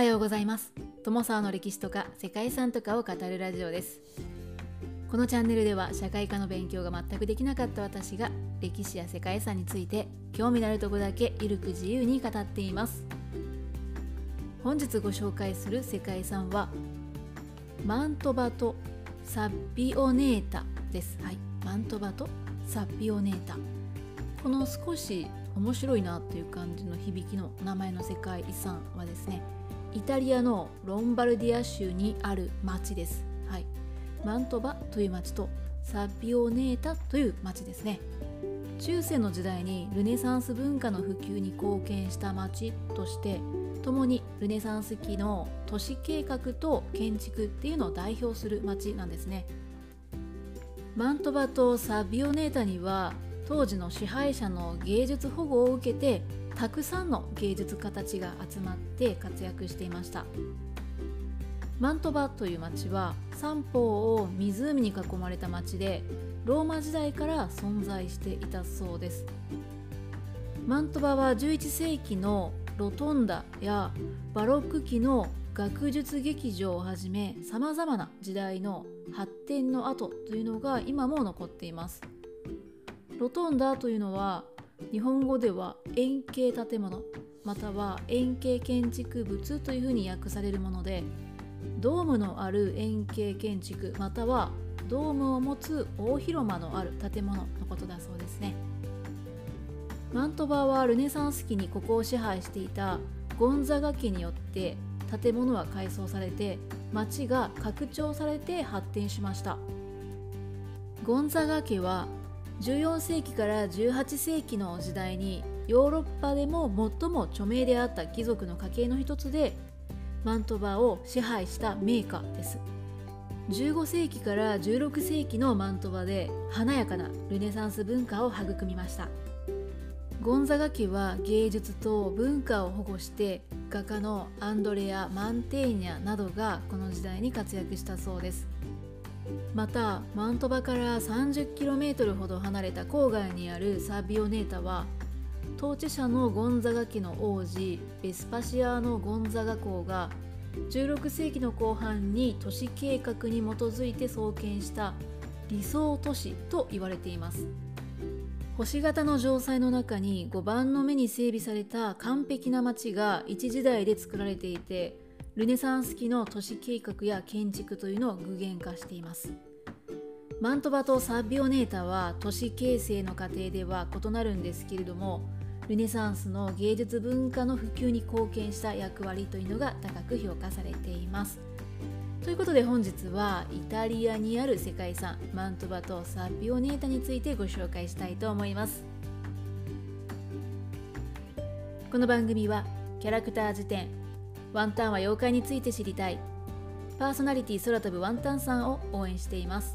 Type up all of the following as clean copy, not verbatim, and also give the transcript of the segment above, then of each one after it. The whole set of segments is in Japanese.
ようございます。友沢の歴史とか世界遺産とかを語るラジオです。このチャンネルでは社会科の勉強が全くできなかった私が歴史や世界遺産について興味のあるところだけゆるく自由に語っています。本日ご紹介する世界遺産はマントバとサッビオネータです。マントバとサッビオネータ。この少し面白いなという感じの響きの名前の世界遺産はですね、イタリアのロンバルディア州にある町です。マントバという町とサッビオネータという町ですね。中世の時代にルネサンス文化の普及に貢献した町として共にルネサンス期の都市計画と建築っていうのを代表する町なんですね。マントバとサッビオネータには当時の支配者の芸術保護を受けてたくさんの芸術家たちが集まって活躍していました。マントバという町は三方を湖に囲まれた町でローマ時代から存在していたそうです。マントバは11世紀のロトンダやバロック期の学術劇場をはじめさまざまな時代の発展の跡というのが今も残っています。ロトンダというのは日本語では円形建物または円形建築物というふうに訳されるもので、ドームのある円形建築またはドームを持つ大広間のある建物のことだそうですね。マントバはルネサンス期にここを支配していたゴンザガ家によって建物は改装されて町が拡張されて発展しました。ゴンザガ家は14世紀から18世紀の時代にヨーロッパでも最も著名であった貴族の家系の一つでマントバを支配した名家です。15世紀から16世紀のマントバで華やかなルネサンス文化を育みました。ゴンザガ家は芸術と文化を保護して画家のアンドレア・マンテーニャなどがこの時代に活躍したそうです。またマントバから 30km ほど離れた郊外にあるサッビオネータは統治者のゴンザガ家の王子ベスパシアーノ・ゴンザガ公が16世紀の後半に都市計画に基づいて創建した理想都市と言われています。星型の城塞の中に5番の目に整備された完璧な街が一時代で作られていて、ルネサンス期の都市計画や建築というのを具現化しています。マントバとサッビオネータは都市形成の過程では異なるんですけれども、ルネサンスの芸術文化の普及に貢献した役割というのが高く評価されています。ということで本日はイタリアにある世界遺産マントバとサッビオネータについてご紹介したいと思います。この番組はキャラクター辞典ワンタンは妖怪について知りたいパーソナリティ空飛ぶワンタンさんを応援しています。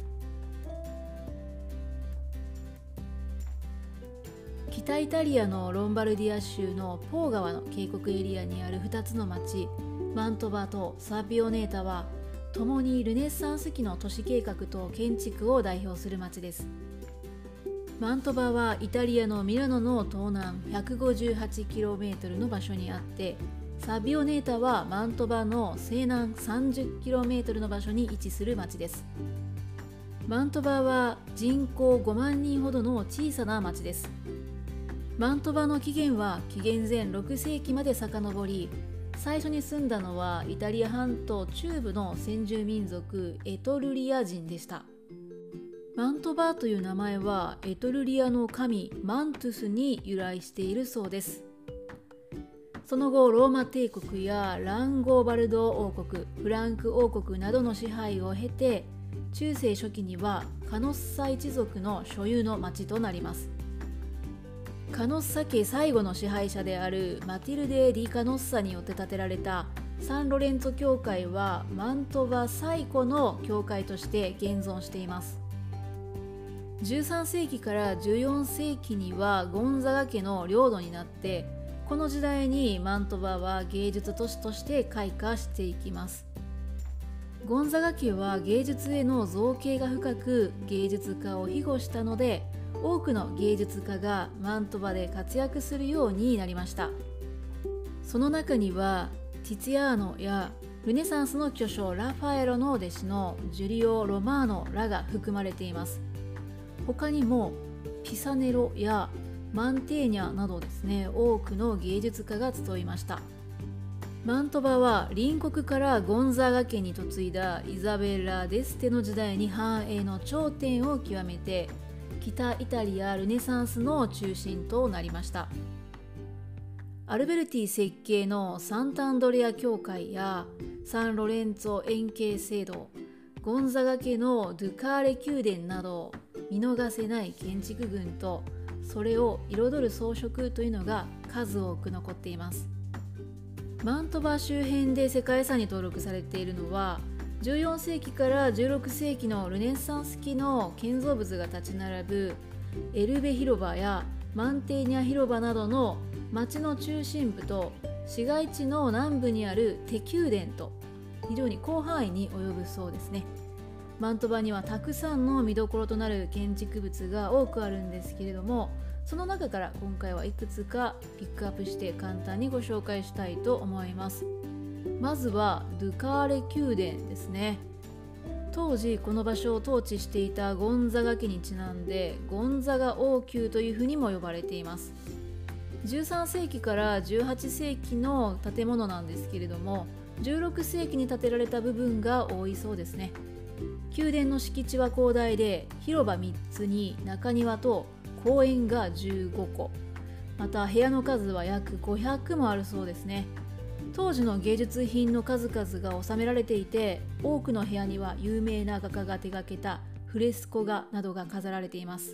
北イタリアのロンバルディア州のポー川の渓谷エリアにある2つの町マントバとサッビオネータは共にルネサンス期の都市計画と建築を代表する町です。マントバはイタリアのミラノの東南 158km の場所にあって、サッビオネータはマントバの西南 30km の場所に位置する町です。マントバは人口5万人ほどの小さな町です。マントバの起源は紀元前6世紀まで遡り、最初に住んだのはイタリア半島中部の先住民族エトルリア人でした。マントバという名前はエトルリアの神マントゥスに由来しているそうです。その後ローマ帝国やランゴーバルド王国、フランク王国などの支配を経て中世初期にはカノッサ一族の所有の町となります。カノッサ家最後の支配者であるマティルデ・ディ・カノッサによって建てられたサンロレンツォ教会はマントバ最古の教会として現存しています。13世紀から14世紀にはゴンザガ家の領土になって、この時代にマントバは芸術都市として開花していきます。ゴンザガ家は芸術への造詣が深く芸術家を庇護したので、多くの芸術家がマントバで活躍するようになりました。その中にはティツィアーノやルネサンスの巨匠ラファエロの弟子のジュリオ・ロマーノらが含まれています。他にもピサネロやマンテーニャなどですね、多くの芸術家が集いました。マントバは隣国からゴンザーガ家に嫁いだイザベラ・デステの時代に繁栄の頂点を極めて、北イタリアルネサンスの中心となりました。アルベルティ設計のサンタンドレア教会やサンロレンツォ円形聖堂、ゴンザガ家のドゥカーレ宮殿など見逃せない建築群とそれを彩る装飾というのが数多く残っています。マントバ周辺で世界遺産に登録されているのは14世紀から16世紀のルネサンス期の建造物が立ち並ぶエルベ広場やマンテーニャ広場などの町の中心部と市街地の南部にあるテ宮殿と非常に広範囲に及ぶそうですね。マントバにはたくさんの見どころとなる建築物が多くあるんですけれども、その中から今回はいくつかピックアップして簡単にご紹介したいと思います。まずはドゥカーレ宮殿ですね。当時この場所を統治していたゴンザガ家にちなんでゴンザガ王宮というふうにも呼ばれています。13世紀から18世紀の建物なんですけれども、16世紀に建てられた部分が多いそうですね。宮殿の敷地は広大で、広場3つに中庭と公園が15個、また部屋の数は約500もあるそうですね。当時の芸術品の数々が収められていて、多くの部屋には有名な画家が手掛けたフレスコ画などが飾られています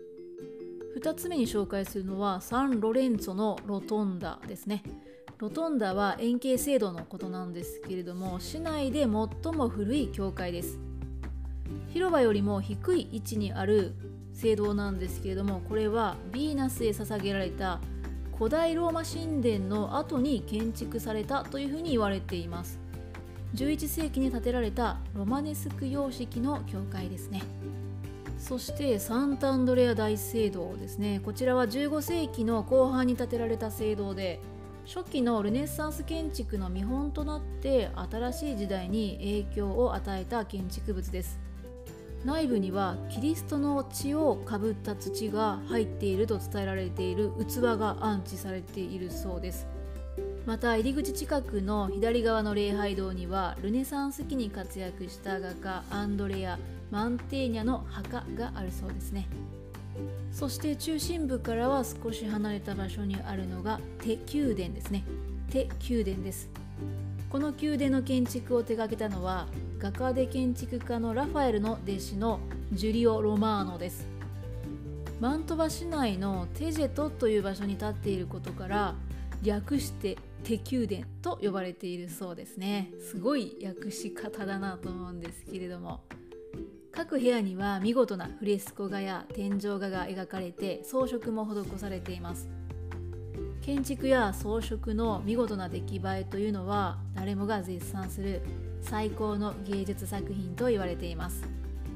。2つ目に紹介するのはサンロレンツォのロトンダですね。ロトンダは円形聖堂のことなんですけれども、市内で最も古い教会です。広場よりも低い位置にある聖堂なんですけれども、これはヴィーナスへ捧げられた古代ローマ神殿の後に建築されたというふうに言われています。11世紀に建てられたロマネスク様式の教会ですね。そしてサンタンドレア大聖堂ですね。こちらは15世紀の後半に建てられた聖堂で、初期のルネッサンス建築の見本となって新しい時代に影響を与えた建築物です。内部にはキリストの血をかぶった土が入っていると伝えられている器が安置されているそうです。また入り口近くの左側の礼拝堂にはルネサンス期に活躍した画家アンドレア・マンテーニャの墓があるそうですね。そして中心部からは少し離れた場所にあるのがテ宮殿ですね。テ宮殿です。この宮殿の建築を手掛けたのは画家で建築家のラファエルの弟子のジュリオ・ロマーノです。マントバ市内のテジェトという場所に立っていることから略してテ宮殿と呼ばれているそうですね。すごい訳し方だなと思うんですけれども、各部屋には見事なフレスコ画や天井画が描かれて装飾も施されています。建築や装飾の見事な出来栄えというのは誰もが絶賛する最高の芸術作品と言われています。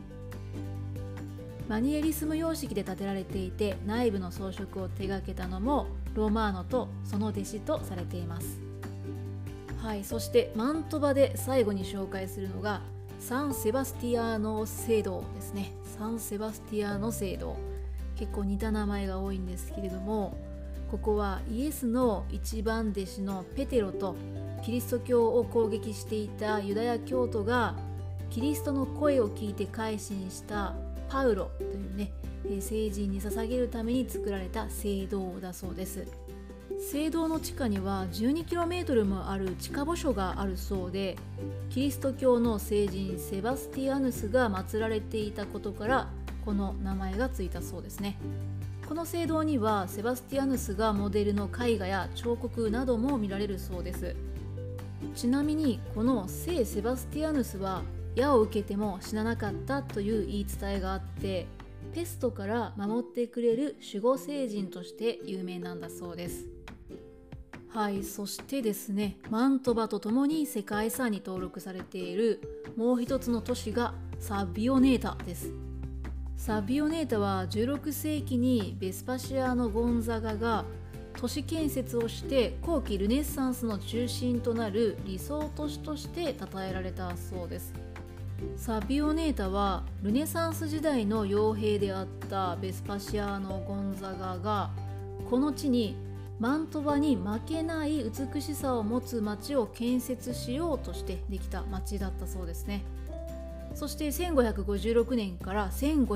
マニエリスム様式で建てられていて、内部の装飾を手掛けたのもロマーノとその弟子とされています。はい、そしてマントバで最後に紹介するのがサンセバスティアーノ聖堂ですね。サンセバスティアーノ聖堂、結構似た名前が多いんですけれども、ここはイエスの一番弟子のペテロとキリスト教を攻撃していたユダヤ教徒がキリストの声を聞いて改心したパウロというね、聖人に捧げるために作られた聖堂だそうです。聖堂の地下には 12km もある地下墓所があるそうで、キリスト教の聖人セバスティアヌスが祀られていたことからこの名前がついたそうですね。この聖堂にはセバスティアヌスがモデルの絵画や彫刻なども見られるそうです。ちなみにこの聖セバスティアヌスは矢を受けても死ななかったという言い伝えがあって、ペストから守ってくれる守護聖人として有名なんだそうです。はい、そしてですね、マントバとともに世界遺産に登録されているもう一つの都市がサビオネータです。サビオネータは16世紀にベスパシアーノ・ゴンザガが都市建設をして後期ルネッサンスの中心となる理想都市として称えられたそうです。サビオネータはルネサンス時代の傭兵であったベスパシアーノ・ゴンザガがこの地にマントバに負けない美しさを持つ町を建設しようとしてできた町だったそうですね。そして1556年から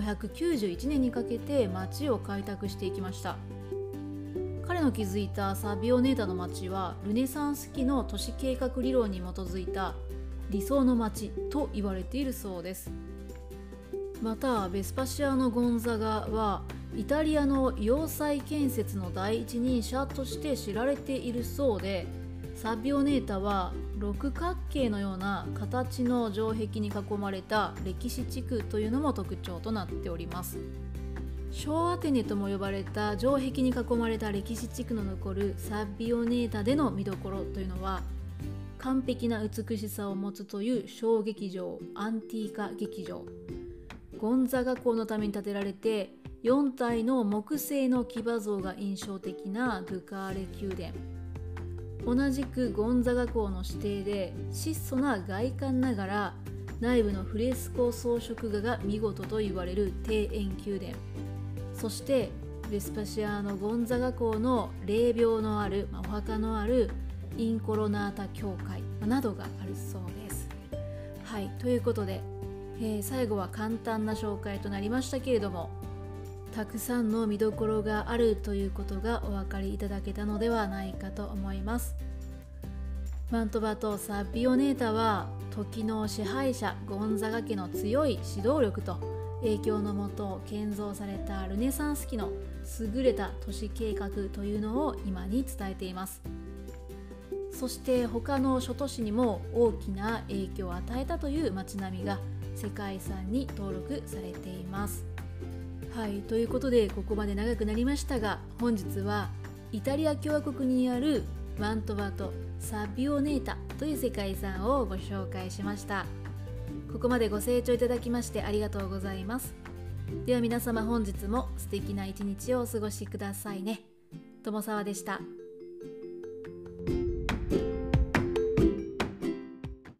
1591年にかけて町を開拓していきました。彼の築いたサビオネータの町はルネサンス期の都市計画理論に基づいた理想の町と言われているそうです。またベスパシアーノ・ゴンザガはイタリアの要塞建設の第一人者として知られているそうで、サビオネータは六角形のような形の城壁に囲まれた歴史地区というのも特徴となっております。小アテネとも呼ばれた城壁に囲まれた歴史地区の残るサビオネータでの見どころというのは、完璧な美しさを持つという小劇場、アンティーカ劇場、ゴンザガ公のために建てられて4体の木製の騎馬像が印象的なドゥカーレ宮殿、同じくゴンザガ公の指定で質素な外観ながら内部のフレスコ装飾画が見事と言われる庭園宮殿、そしてベスパシアーノ・ゴンザガ公の霊廟のある、お墓のあるインコロナータ教会などがあるそうです。はい、ということで、最後は簡単な紹介となりましたけれども、たくさんの見どころがあるということがお分かりいただけたのではないかと思います。マントバとサビオネータは時の支配者ゴンザガ家の強い指導力と影響のもと建造されたルネサンス期の優れた都市計画というのを今に伝えています。そして他の諸都市にも大きな影響を与えたという街並みが世界遺産に登録されています。はい、ということでここまで長くなりましたが、本日はイタリア共和国にあるマントバとサビオネータという世界遺産をご紹介しました。ここまでご清聴いただきましてありがとうございます。では皆様、本日も素敵な一日をお過ごしくださいね。友沢でした。